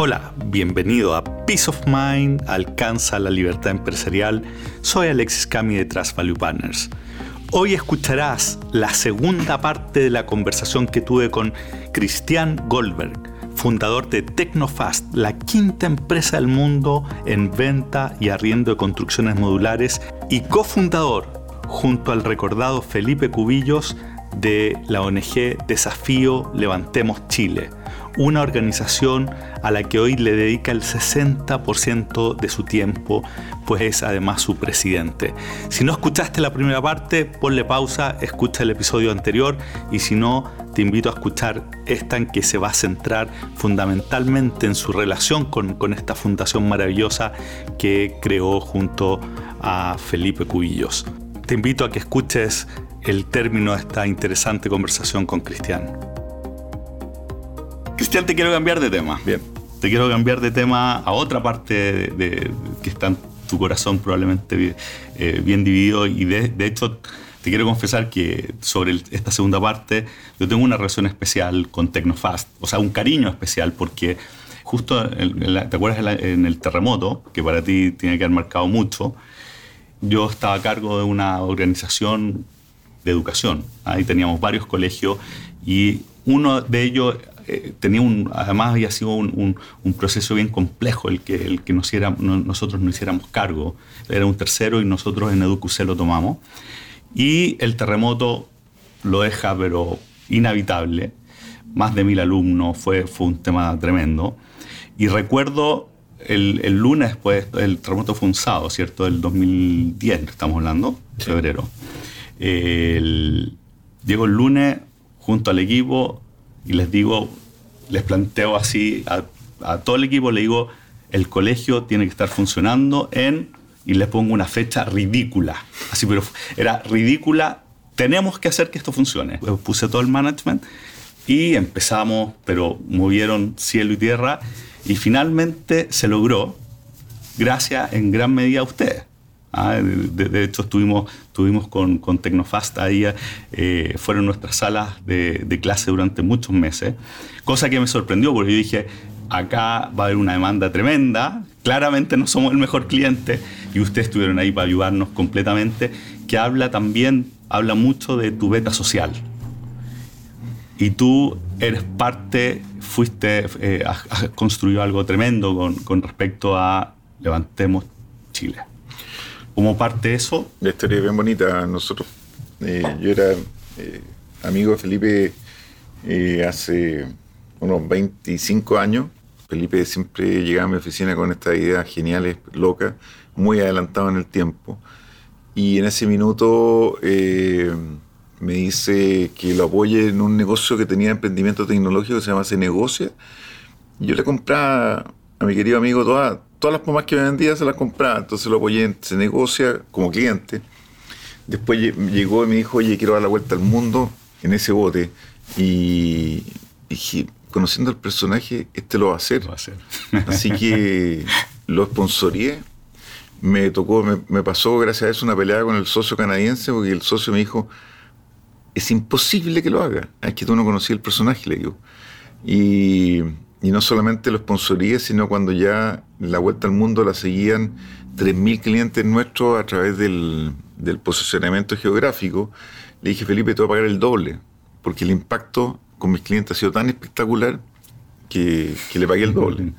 Hola, bienvenido a Peace of Mind, alcanza la libertad empresarial. Soy Alexis Cami de Trust Value Partners. Hoy escucharás la segunda parte de la conversación que tuve con Christian Goldberg, fundador de Tecnofast, la quinta empresa del mundo en venta y arriendo de construcciones modulares, y cofundador, junto al recordado Felipe Cubillos, de la ONG Desafío Levantemos Chile, una organización a la que hoy le dedica el 60% de su tiempo, pues es además su presidente. Si no escuchaste la primera parte, ponle pausa, escucha el episodio anterior, y si no, te invito a escuchar esta, en que se va a centrar fundamentalmente en su relación con esta fundación maravillosa que creó junto a Felipe Cubillos. Te invito a que escuches el término de esta interesante conversación con Christian. Christian, te quiero cambiar de tema. Bien. Te quiero cambiar de tema a otra parte que está en tu corazón probablemente bien dividido, y de hecho te quiero confesar que sobre esta segunda parte yo tengo una relación especial con Tecnofast, o sea, un cariño especial, porque justo, ¿te acuerdas en el terremoto, que para ti tiene que haber marcado mucho? Yo estaba a cargo de una organización de educación. Ahí teníamos varios colegios y uno de ellos además había sido un proceso bien complejo el que nosotros nos hiciéramos cargo. Era un tercero y nosotros en EduQC lo tomamos. Y el terremoto lo deja, pero inhabitable. Más de 1,000 alumnos, fue un tema tremendo. Y recuerdo el lunes después, el terremoto fue un sábado, ¿cierto? Del 2010, estamos hablando, sí. Febrero. Llego el lunes junto al equipo y les planteo así a todo el equipo, le digo, el colegio tiene que estar funcionando y les pongo una fecha ridícula, así, pero era ridícula, tenemos que hacer que esto funcione. Puse todo el management y empezamos, pero movieron cielo y tierra, y finalmente se logró, gracias en gran medida a ustedes. De hecho, estuvimos con Tecnofast ahí, fueron nuestras salas de clase durante muchos meses, cosa que me sorprendió porque yo dije, acá va a haber una demanda tremenda, claramente no somos el mejor cliente, y ustedes estuvieron ahí para ayudarnos completamente, que habla mucho de tu beta social. Y tú eres parte, has construido algo tremendo con respecto a Levantemos Chile. Como parte de eso... La historia es bien bonita. Nosotros, yo era amigo de Felipe hace unos 25 años. Felipe siempre llegaba a mi oficina con estas ideas geniales, locas, muy adelantado en el tiempo. Y en ese minuto me dice que lo apoye en un negocio que tenía emprendimiento tecnológico que se llama Se Negocia. Y yo le compraba a mi querido amigo todas las pomás que me vendía, se las compraba. Entonces lo apoyé en Se Negocia como cliente. Después llegó y me dijo, oye, quiero dar la vuelta al mundo en ese bote. Y dije, conociendo al personaje, lo va a hacer. Así que lo sponsoreé. Me pasó, gracias a eso, una pelea con el socio canadiense, porque el socio me dijo, es imposible que lo haga. Es que tú no conocías el personaje, le digo. Y no solamente lo sponsoreé, sino cuando ya la vuelta al mundo la seguían 3.000 clientes nuestros a través del posicionamiento geográfico, le dije, Felipe, te voy a pagar el doble, porque el impacto con mis clientes ha sido tan espectacular que le pagué el doble.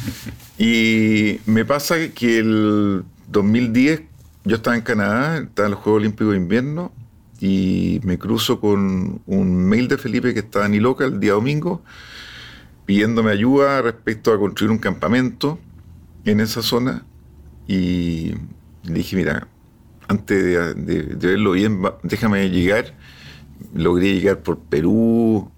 Y me pasa que el 2010 yo estaba en Canadá, estaba en los Juegos Olímpicos de Invierno, y me cruzo con un mail de Felipe que estaba en Iloca el día domingo, pidiéndome ayuda respecto a construir un campamento en esa zona, y le dije, mira, antes de verlo bien, déjame llegar. Logré llegar por Perú,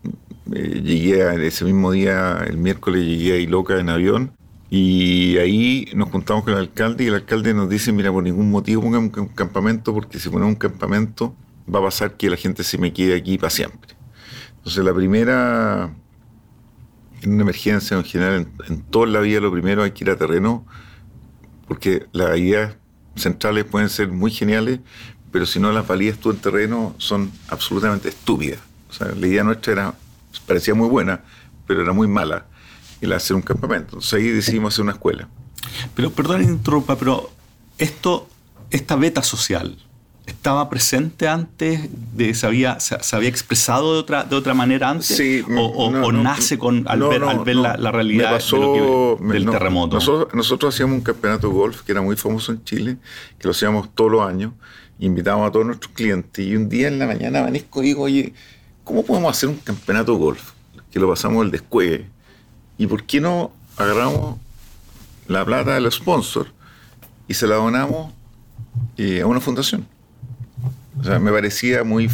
llegué ese mismo día, el miércoles llegué a Iloca en avión, y ahí nos juntamos con el alcalde, y el alcalde nos dice, mira, por ningún motivo pongan un campamento, porque si ponemos un campamento va a pasar que la gente se me quede aquí para siempre. Entonces la primera... En una emergencia en general, en toda la vida, lo primero hay que ir a terreno, porque las ideas centrales pueden ser muy geniales, pero si no las validas tú en terreno, son absolutamente estúpidas. O sea, la idea nuestra parecía muy buena, pero era muy mala. el hacer un campamento. Entonces ahí decidimos hacer una escuela. Pero, perdón que interrumpa, pero esta beta social, ¿estaba presente antes? ¿Se había expresado de otra manera antes? Sí, ¿O nace al ver la realidad del terremoto? Nosotros hacíamos un campeonato de golf que era muy famoso en Chile, que lo hacíamos todos los años, invitábamos a todos nuestros clientes, y un día en la mañana amanezco y digo, oye, ¿cómo podemos hacer un campeonato de golf? Que lo pasamos el descueve. ¿Y por qué no agarramos la plata del sponsor y se la donamos a una fundación? O sea, me parecía muy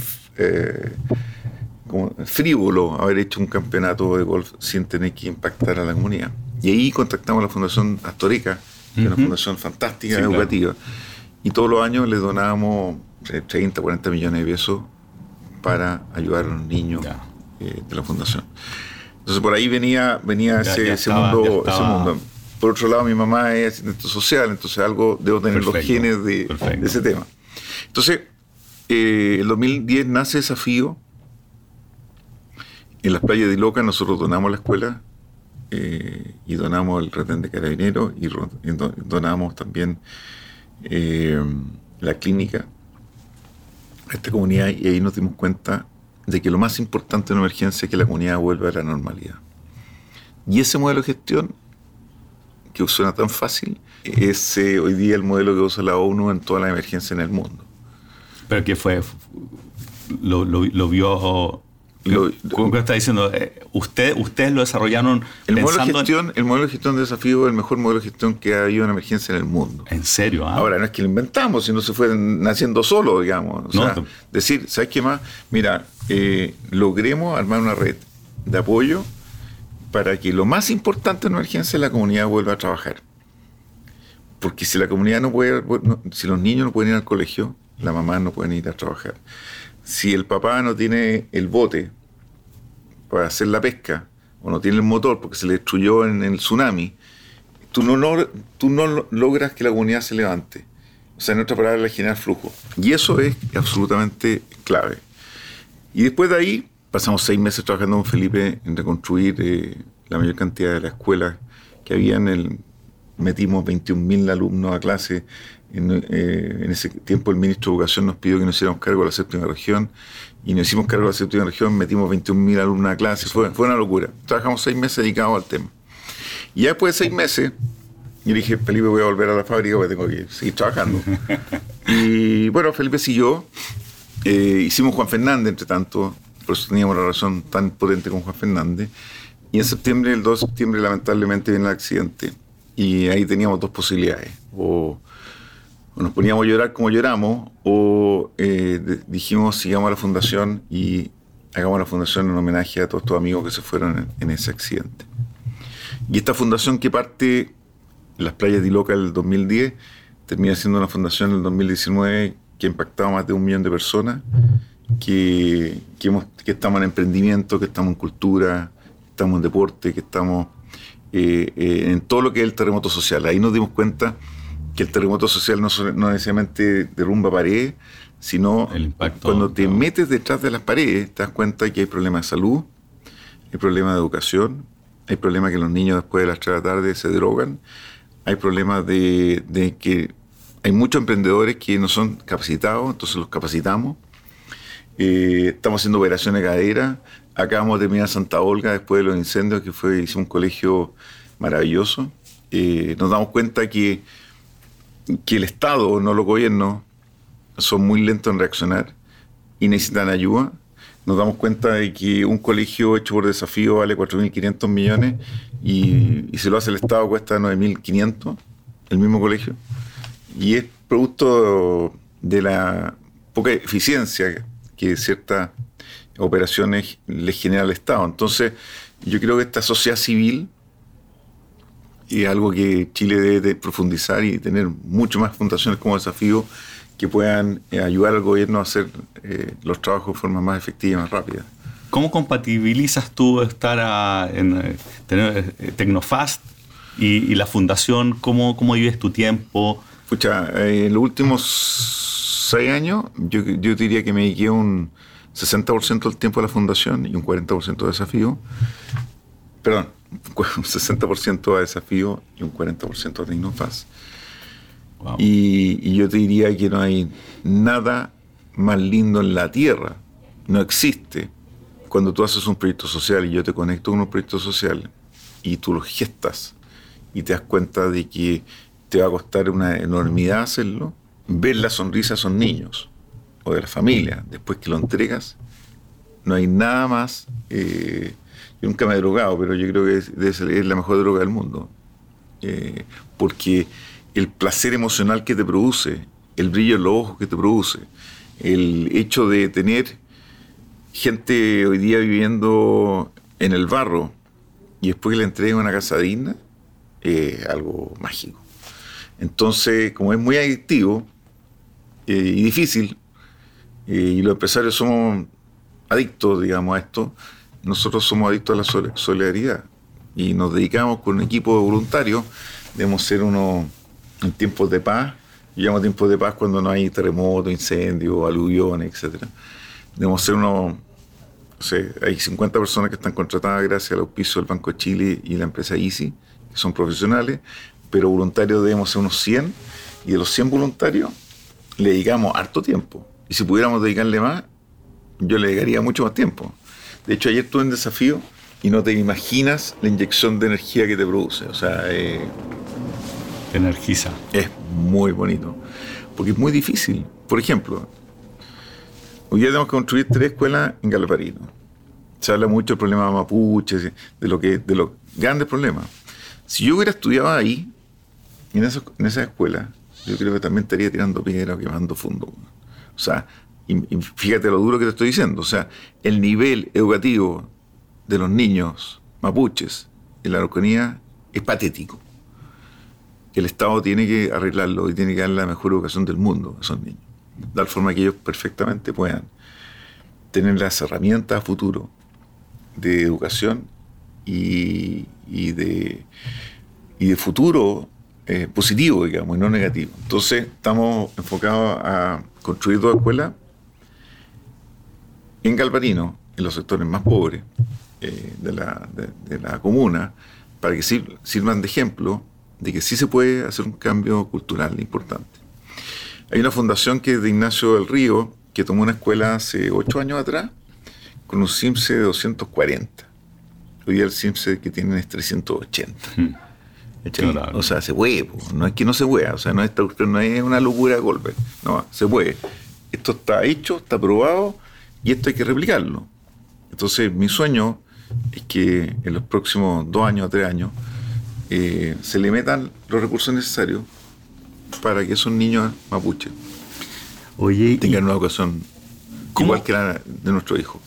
como frívolo haber hecho un campeonato de golf sin tener que impactar a la comunidad. Y ahí contactamos a la Fundación Astorica, que es una fundación fantástica, sí, educativa. Claro. Y todos los años les donábamos 30, 40 millones de pesos para ayudar a los niños de la fundación. Entonces por ahí venía ese mundo. Por otro lado, mi mamá es asistente social, entonces algo debo tener los genes de ese tema. Entonces, en 2010 nace Desafío. En las playas de Iloca nosotros donamos la escuela y donamos el retén de carabineros y donamos también la clínica a esta comunidad, y ahí nos dimos cuenta de que lo más importante en una emergencia es que la comunidad vuelva a la normalidad. Y ese modelo de gestión, que suena tan fácil, es hoy día el modelo que usa la ONU en todas las emergencias en el mundo. ¿Pero qué fue? ¿Lo vio? ¿Cómo está diciendo? ¿Ustedes lo desarrollaron pensando el modelo de gestión de Desafío es el mejor modelo de gestión que ha habido en emergencia en el mundo. ¿En serio? Ahora, no es que lo inventamos, sino se fue naciendo solo, digamos. O sea, decir, ¿sabes qué más? Mira, logremos armar una red de apoyo para que lo más importante en emergencia es la comunidad vuelva a trabajar. Porque si la comunidad si los niños no pueden ir al colegio, las mamás no pueden ir a trabajar. Si el papá no tiene el bote para hacer la pesca, o no tiene el motor porque se le destruyó en el tsunami, tú no logras que la comunidad se levante. O sea, en otras palabras, generar flujo. Y eso es absolutamente clave. Y después de ahí, pasamos 6 meses trabajando con Felipe en reconstruir la mayor cantidad de las escuelas que había metimos 21.000 alumnos a clase. En ese tiempo el ministro de Educación nos pidió que nos hiciéramos cargo de la séptima región, y nos hicimos cargo de la séptima región, metimos 21.000 alumnos a clase. Fue una locura. Trabajamos 6 meses dedicados al tema. Y ya después de 6 meses, yo dije, Felipe, voy a volver a la fábrica porque tengo que seguir trabajando. Y bueno, Felipe siguió. Hicimos Juan Fernández, entre tanto, por eso teníamos una relación tan potente con Juan Fernández. Y en septiembre, el 2 de septiembre, lamentablemente viene el accidente. Y ahí teníamos 2 posibilidades. O nos poníamos a llorar como lloramos, o dijimos, sigamos a la fundación y hagamos la fundación en homenaje a todos estos amigos que se fueron en ese accidente. Y esta fundación, que parte en las playas de Iloca el 2010, termina siendo una fundación en el 2019 que ha impactado a más de 1 millón de personas, que estamos en emprendimiento, que estamos en cultura, que estamos en deporte, que estamos en todo lo que es el terremoto social. Ahí nos dimos cuenta que el terremoto social no necesariamente derrumba paredes, sino el impacto, cuando te metes detrás de las paredes, te das cuenta que hay problemas de salud, hay problemas de educación, hay problemas que los niños después de las 3 de la tarde se drogan, hay problemas de que hay muchos emprendedores que no son capacitados, entonces los capacitamos. Estamos haciendo operaciones caderas. Acabamos de terminar Santa Olga después de los incendios, que hicimos un colegio maravilloso. Nos damos cuenta que el Estado, no los gobiernos, son muy lentos en reaccionar y necesitan ayuda. Nos damos cuenta de que un colegio hecho por Desafío vale 4.500 millones y si lo hace el Estado cuesta 9.500, el mismo colegio. Y es producto de la poca eficiencia que ciertas operaciones le genera al Estado. Entonces, yo creo que esta sociedad civil es algo que Chile debe de profundizar y tener mucho más fundaciones como Desafío que puedan ayudar al gobierno a hacer los trabajos de forma más efectiva y más rápida. ¿Cómo compatibilizas tú estar tener Tecnofast y la fundación? ¿Cómo vives tu tiempo? Escucha, en los últimos 6 años yo diría que me dediqué un 60% del tiempo a la fundación y un 40% de Desafío. Perdón, un 60% a desafío y un 40% a Tecnofast. Wow. Y yo te diría que no hay nada más lindo en la tierra, no existe. Cuando tú haces un proyecto social y yo te conecto con un proyecto social y tú lo gestas y te das cuenta de que te va a costar una enormidad hacerlo, ver la sonrisa de esos niños o de la familia después que lo entregas, no hay nada más. Yo nunca me he drogado, pero yo creo que es la mejor droga del mundo, porque el placer emocional que te produce, el brillo en los ojos que te produce, el hecho de tener gente hoy día viviendo en el barro y después que le entreguen una casa digna, algo mágico. Entonces, como es muy adictivo y difícil, y los empresarios somos adictos, digamos, a esto, nosotros somos adictos a la solidaridad y nos dedicamos con un equipo de voluntarios. Debemos ser unos en tiempos de paz. Yo llamo tiempos de paz cuando no hay terremotos, incendios, aluviones, etc. Debemos ser unos, no sé, hay 50 personas que están contratadas gracias al auspicio del Banco de Chile y la empresa Easy, que son profesionales, pero voluntarios debemos ser unos 100, y de los 100 voluntarios le dedicamos harto tiempo. Y si pudiéramos dedicarle más, yo le dedicaría mucho más tiempo. De hecho, ayer estuve en desafío y no te imaginas la inyección de energía que te produce. O sea, te energiza. Es muy bonito. Porque es muy difícil. Por ejemplo, hoy día tenemos que construir 3 escuelas en Galvarino. Se habla mucho del problema mapuche, de los grandes problemas. Si yo hubiera estudiado ahí, en esa escuela, yo creo que también estaría tirando piedra o quemando fondo. O sea, y fíjate lo duro que te estoy diciendo. O sea, el nivel educativo de los niños mapuches en la Araucanía es patético. El Estado tiene que arreglarlo y tiene que dar la mejor educación del mundo a esos niños. De tal forma que ellos perfectamente puedan tener las herramientas a futuro de educación y de futuro positivo, digamos, y no negativo. Entonces, estamos enfocados a construir 2 escuelas en Galvarino, en los sectores más pobres de la comuna, para que sirvan de ejemplo de que sí se puede hacer un cambio cultural importante. Hay una fundación que es de Ignacio del Río, que tomó una escuela hace 8 años atrás, con un CIMSE de 240. Hoy día el CIMSE que tienen es 380. Claro. O sea, se puede, no es que no se pueda, o sea, no es una locura de golpe, no, se puede. Esto está hecho, está probado, y esto hay que replicarlo. Entonces, mi sueño es que en los próximos 2 años o 3 años se le metan los recursos necesarios para que esos niños mapuches tengan una educación igual que la de nuestro hijo.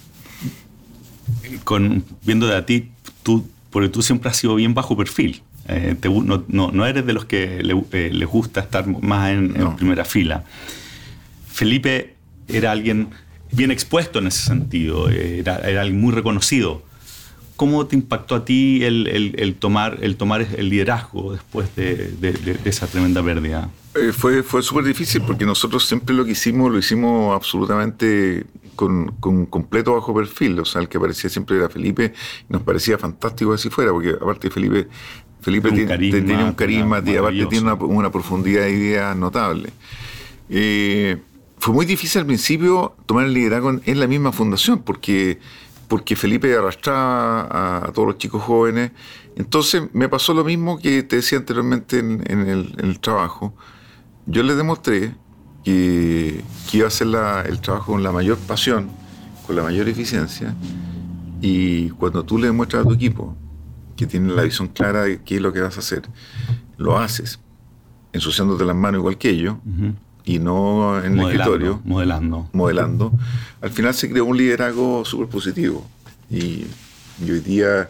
Viéndote a ti, porque tú siempre has sido bien bajo perfil. No eres de los que les gusta estar más en primera fila. Felipe era alguien bien expuesto en ese sentido, era alguien muy reconocido. ¿Cómo te impactó a ti el tomar el liderazgo después de esa tremenda pérdida? Fue súper difícil porque nosotros siempre lo hicimos absolutamente con completo bajo perfil. O sea, el que aparecía siempre era Felipe, y nos parecía fantástico así fuera, porque aparte Felipe tiene un carisma y aparte tiene una profundidad de ideas notable. Fue muy difícil al principio tomar el liderazgo en la misma fundación, porque Felipe arrastraba a todos los chicos jóvenes. Entonces me pasó lo mismo que te decía anteriormente en el trabajo. Yo les demostré que iba a hacer el trabajo con la mayor pasión, con la mayor eficiencia, y cuando tú le demuestras a tu equipo que tiene la visión clara de qué es lo que vas a hacer, lo haces ensuciándote las manos igual que ellos, y no en el escritorio, modelando. Al final se creó un liderazgo súper positivo, y hoy día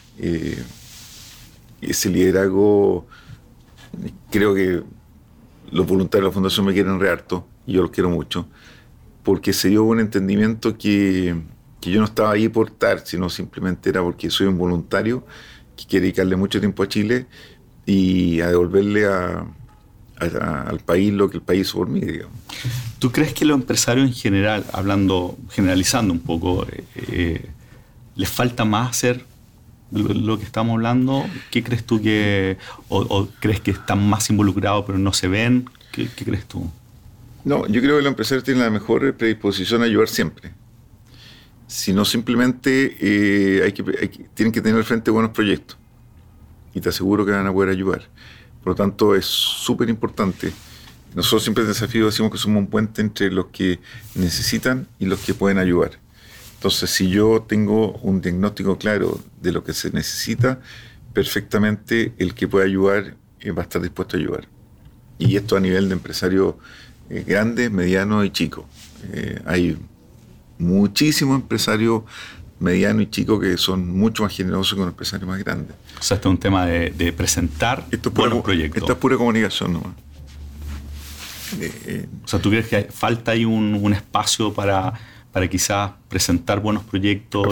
ese liderazgo, creo que los voluntarios de la Fundación me quieren re harto, y yo los quiero mucho, porque se dio un entendimiento que yo no estaba ahí por estar, sino simplemente era porque soy un voluntario que quiere dedicarle mucho tiempo a Chile y a devolverle al país lo que el país hizo por mí, digamos. ¿Tú crees que los empresarios en general, generalizando un poco, les falta más hacer de lo que estamos hablando? ¿Qué crees tú o crees que están más involucrados pero no se ven? ¿Qué crees tú? No, yo creo que los empresarios tienen la mejor predisposición a ayudar siempre. Sino simplemente tienen que tener al frente buenos proyectos. Y te aseguro que van a poder ayudar. Por lo tanto, es súper importante. Nosotros siempre en Desafío decimos que somos un puente entre los que necesitan y los que pueden ayudar. Entonces, si yo tengo un diagnóstico claro de lo que se necesita, perfectamente el que pueda ayudar va a estar dispuesto a ayudar. Y esto a nivel de empresarios grandes, medianos y chicos. Hay muchísimos empresarios medianos y chicos que son mucho más generosos que los empresarios más grandes. O sea, esto es un tema de presentar buenos proyectos. Esto es pura comunicación nomás. O sea, ¿tú crees que falta ahí un espacio para quizás presentar buenos proyectos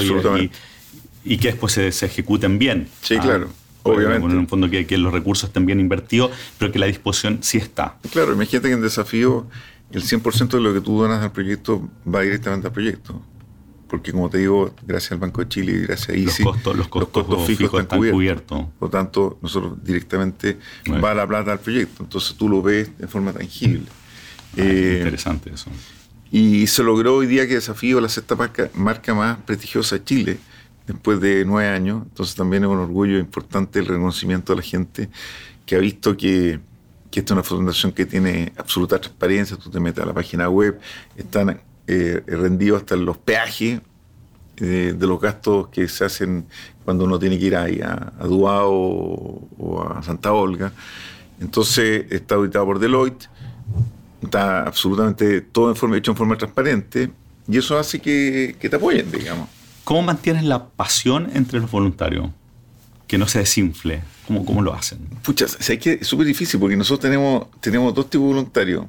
y que después se ejecuten bien? Sí, claro, obviamente. En un fondo que los recursos estén bien invertidos, pero que la disposición sí está. Claro, imagínate que en Desafío el 100% de lo que tú donas al proyecto va directamente al proyecto. Porque, como te digo, gracias al Banco de Chile y gracias a ICI, los costos fijos están cubiertos. Por lo tanto, nosotros directamente va la plata al proyecto. Entonces tú lo ves de forma tangible. Interesante eso. Y se logró hoy día que Desafío la sexta marca más prestigiosa de Chile, después de 9 años. Entonces también es un orgullo importante el reconocimiento de la gente que ha visto que esta es una fundación que tiene absoluta transparencia. Tú te metes a la página web, están rendidos hasta los peajes de los gastos que se hacen cuando uno tiene que ir a Duao o a Santa Olga. Entonces está auditado por Deloitte, está absolutamente todo hecho en forma transparente, y eso hace que te apoyen, digamos. ¿Cómo mantienes la pasión entre los voluntarios? Que no se desinfle. ¿Cómo lo hacen? Pucha, es que es súper difícil porque nosotros tenemos dos tipos de voluntarios.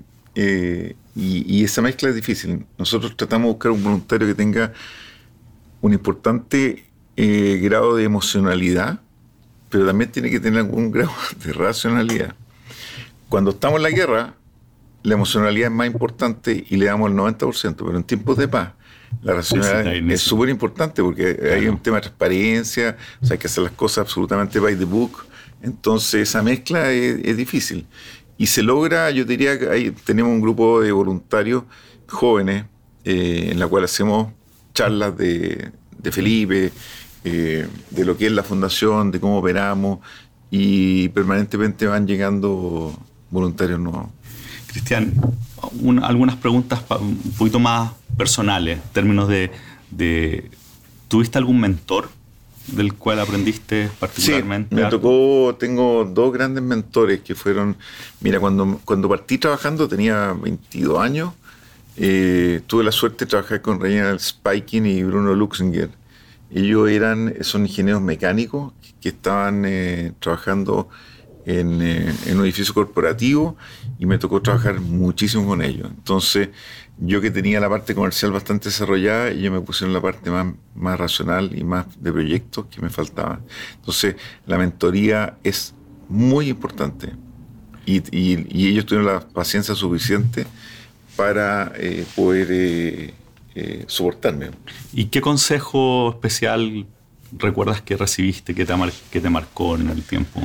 Y esa mezcla es difícil. Nosotros tratamos de buscar un voluntario que tenga un importante grado de emocionalidad, pero también tiene que tener algún grado de racionalidad. Cuando estamos en la guerra, la emocionalidad es más importante y le damos el 90%, pero en tiempos de paz, la racionalidad es súper importante porque hay un tema de transparencia, o sea, hay que hacer las cosas absolutamente by the book. Entonces, esa mezcla es difícil. Y se logra, yo diría que tenemos un grupo de voluntarios jóvenes en la cual hacemos charlas de Felipe, de lo que es la fundación, de cómo operamos, y permanentemente van llegando voluntarios nuevos. Cristian, algunas preguntas un poquito más personales, en términos de ¿tuviste algún mentor del cual aprendiste particularmente? Sí, tengo dos grandes mentores que fueron, mira, cuando partí trabajando tenía 22 años, tuve la suerte de trabajar con Reginald Spiking y Bruno Luxinger. Ellos son ingenieros mecánicos que estaban trabajando en un edificio corporativo y me tocó trabajar muchísimo con ellos. Entonces, yo que tenía la parte comercial bastante desarrollada, ellos me pusieron la parte más racional y más de proyectos que me faltaba. Entonces, la mentoría es muy importante y ellos tuvieron la paciencia suficiente para poder soportarme. ¿Y qué consejo especial recuerdas que recibiste, que te marcó en el tiempo?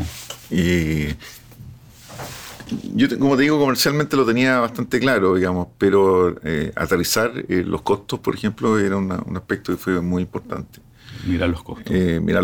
Yo, como te digo, comercialmente lo tenía bastante claro, digamos, pero aterrizar los costos, por ejemplo, era un aspecto que fue muy importante. Mirar los costos. Mirar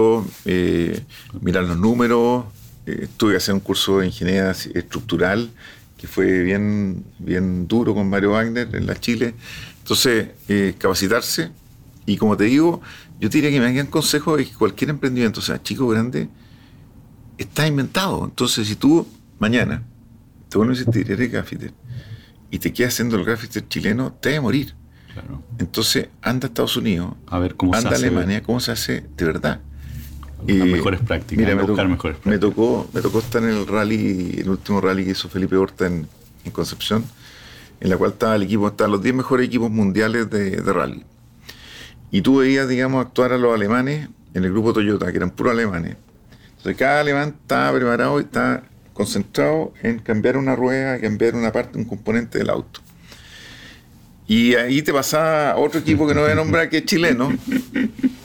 los números. Tuve que hacer un curso de ingeniería estructural que fue bien duro con Mario Wagner en la Chile. Entonces, capacitarse. Y como te digo, yo te diría que me hagan consejos de que cualquier emprendimiento, o sea, chico o grande, está inventado. Entonces, si tú mañana te vuelves a insistir, eres gaffiter, y te quedas haciendo el gaffiter chileno, te vas a morir. Claro. Entonces, anda a Estados Unidos, a ver cómo anda se hace, a Alemania, cómo se hace de verdad. Mejores prácticas. Mira, me tocó estar en el último rally que hizo Felipe Horta en Concepción, en la cual estaban los 10 mejores equipos mundiales de rally. Y tú veías, digamos, actuar a los alemanes en el grupo Toyota, que eran puros alemanes. Entonces cada alemán estaba preparado y estaba concentrado en cambiar una rueda, cambiar una parte, un componente del auto. Y ahí te pasaba otro equipo que no voy a nombrar, que es chileno,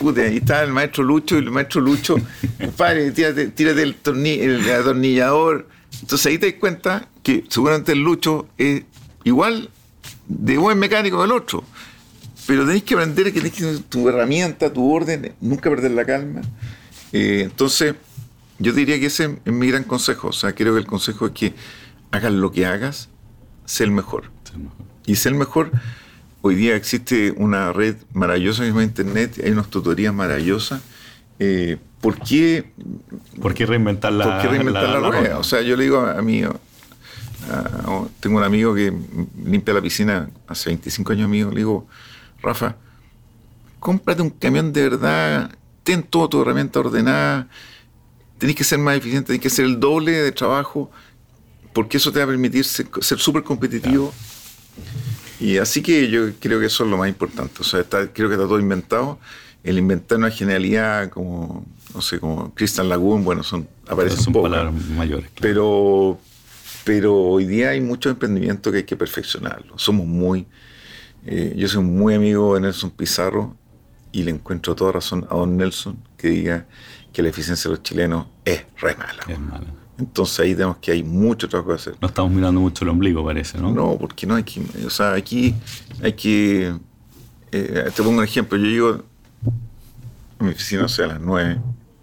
Puta, ahí está el maestro Lucho, y el maestro Lucho, compadre, tírate el atornillador. Entonces ahí te das cuenta que seguramente el Lucho es igual de buen mecánico que el otro. Pero tenés que aprender que tenés que tener tu herramienta, tu orden, nunca perder la calma. Entonces, yo diría que ese es mi gran consejo. O sea, creo que el consejo es que hagas lo que hagas, sé el mejor. Y sé el mejor. Hoy día existe una red maravillosa que se llama Internet, hay unas tutorías maravillosas. ¿Por qué reinventar la rueda? O sea, yo le digo a mí, tengo un amigo que limpia la piscina hace 25 años mío, le digo, Rafa, cómprate un camión de verdad, ten toda tu herramienta ordenada, tenés que ser más eficiente, tenés que hacer el doble de trabajo, porque eso te va a permitir ser súper competitivo. Claro. Y así que yo creo que eso es lo más importante. O sea, creo que está todo inventado. El inventar una genialidad como, no sé, como Christian Lagoon, bueno, aparecen pocas. Palabras mayores. Claro. Pero hoy día hay muchos emprendimientos que hay que perfeccionarlo. Yo soy muy amigo de Nelson Pizarro y le encuentro toda razón a don Nelson que diga que la eficiencia de los chilenos es re mala. Es mala. Entonces ahí tenemos que hay mucho trabajo que hacer. No estamos mirando mucho el ombligo, parece, ¿no? No, porque no hay que... O sea, aquí hay que... te pongo un ejemplo. Yo llego a mi oficina, o sea, a las 9.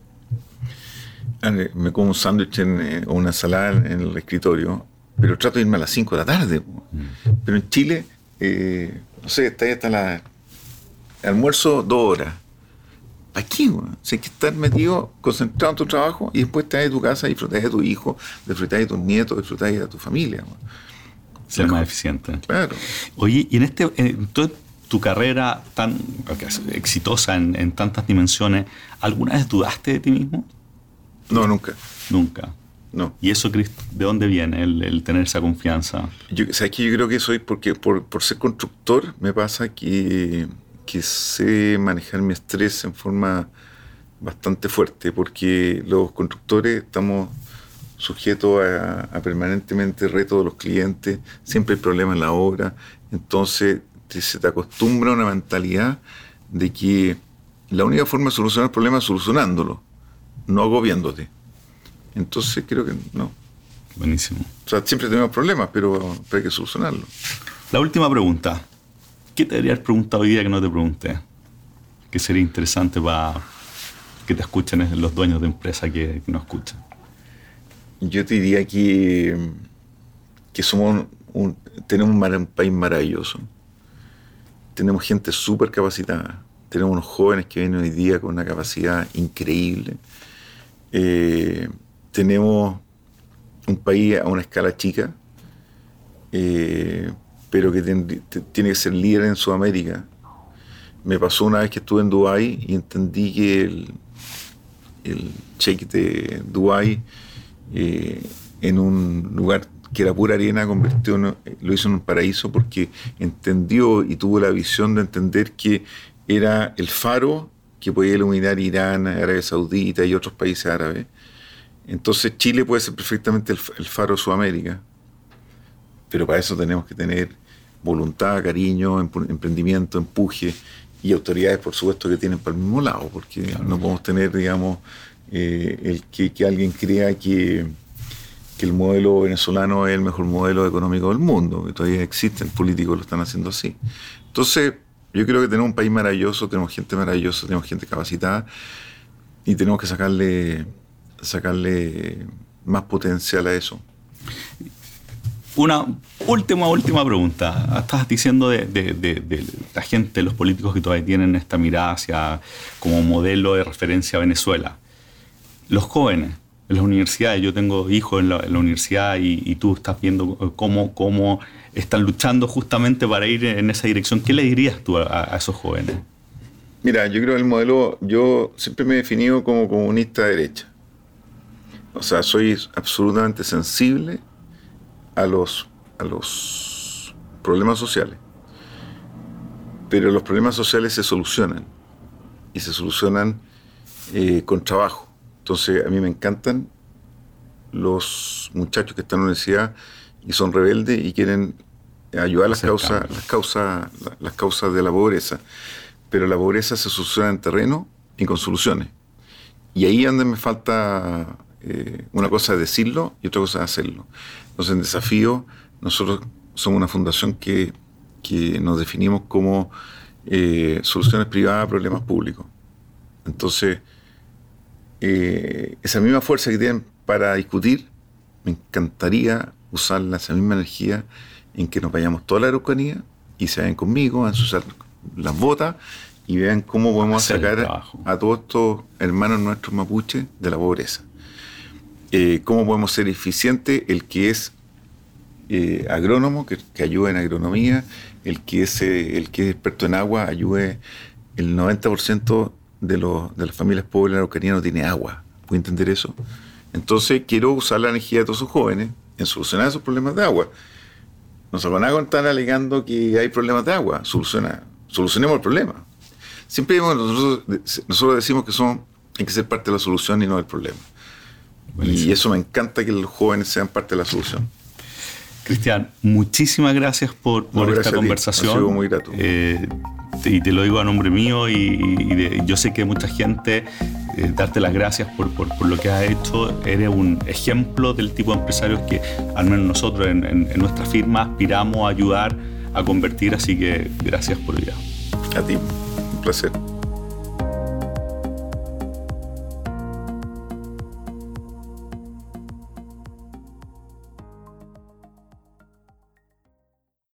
Me como un sándwich o una ensalada en el escritorio, pero trato de irme a las 5 de la tarde. Pero en Chile, no sé, está ahí hasta el almuerzo 2 horas. ¿Para qué? O sea, hay que estar metido, concentrado en tu trabajo y después te vas de tu casa y disfrutas de tu hijo, disfrutas de tus nietos, disfrutas de tu familia. Ser más eficiente. Claro. Oye, y en toda tu carrera tan exitosa en tantas dimensiones, ¿alguna vez dudaste de ti mismo? No, nunca. Nunca. No. ¿Y eso, Chris, de dónde viene el tener esa confianza? ¿Sabes qué? Yo creo que soy porque por ser constructor me pasa que sé manejar mi estrés en forma bastante fuerte, porque los constructores estamos sujetos a permanentemente retos de los clientes, siempre hay problemas en la obra, entonces se te acostumbra a una mentalidad de que la única forma de solucionar el problema es solucionándolo, no agobiándote. Entonces creo que no. Buenísimo. O sea, siempre tenemos problemas, pero hay que solucionarlo. La última pregunta. ¿Qué te deberías preguntar hoy día que no te pregunté? Que sería interesante para que te escuchen los dueños de empresa que nos escuchan. Yo te diría que tenemos un país maravilloso. Tenemos gente súper capacitada. Tenemos unos jóvenes que vienen hoy día con una capacidad increíble. Tenemos un país a una escala chica, pero que tiene que ser líder en Sudamérica. Me pasó una vez que estuve en Dubái y entendí que el sheik de Dubái, en un lugar que era pura arena, lo hizo en un paraíso porque entendió y tuvo la visión de entender que era el faro que podía iluminar Irán, Arabia Saudita y otros países árabes. Entonces Chile puede ser perfectamente el faro de Sudamérica, pero para eso tenemos que tener voluntad, cariño, emprendimiento, empuje y autoridades, por supuesto, que tienen para el mismo lado, porque claro, no podemos tener, digamos, que alguien crea que el modelo venezolano es el mejor modelo económico del mundo, que todavía existen políticos que lo están haciendo así. Entonces, yo creo que tenemos un país maravilloso, tenemos gente maravillosa, tenemos gente capacitada y tenemos que sacarle más potencial a eso. Una última pregunta. Estabas diciendo de la gente, los políticos que todavía tienen esta mirada hacia como modelo de referencia a Venezuela. Los jóvenes en las universidades, yo tengo hijos en la universidad y tú estás viendo cómo están luchando justamente para ir en esa dirección. ¿Qué le dirías tú a esos jóvenes? Mira, yo creo que el modelo, yo siempre me he definido como comunista de derecha. O sea, soy absolutamente sensible a los problemas sociales. Pero los problemas sociales se solucionan. Y se solucionan con trabajo. Entonces, a mí me encantan los muchachos que están en la universidad y son rebeldes y quieren ayudar a las causas de la pobreza. pero la pobreza se soluciona en terreno y con soluciones. Y ahí es donde me falta una cosa es decirlo y otra cosa es hacerlo. Entonces, en Desafío, nosotros somos una fundación que nos definimos como soluciones privadas a problemas públicos. Entonces, esa misma fuerza que tienen para discutir, me encantaría usarla, esa misma energía, en que nos vayamos toda la Araucanía y se vayan conmigo a ensuciar las botas y vean cómo podemos sacar a todos estos hermanos nuestros mapuches de la pobreza. Cómo podemos ser eficientes, el que es agrónomo, que ayude en agronomía, el que es experto en agua, ayude. El 90% de las familias pobres en la Araucanía no tiene agua. ¿Puede entender eso? Entonces quiero usar la energía de todos esos jóvenes en solucionar esos problemas de agua. No se van a contar alegando que hay problemas de agua. Solucionemos el problema. Siempre nosotros decimos que hay que ser parte de la solución y no del problema. Buenísimo. Y eso me encanta, que los jóvenes sean parte de la solución. Cristian, muchísimas gracias por esta conversación. Ha sido muy grato. Y te lo digo a nombre mío yo sé que mucha gente, darte las gracias por lo que has hecho. Eres un ejemplo del tipo de empresarios que al menos nosotros en nuestra firma aspiramos a ayudar a convertir, así que gracias por ello. A ti, un placer.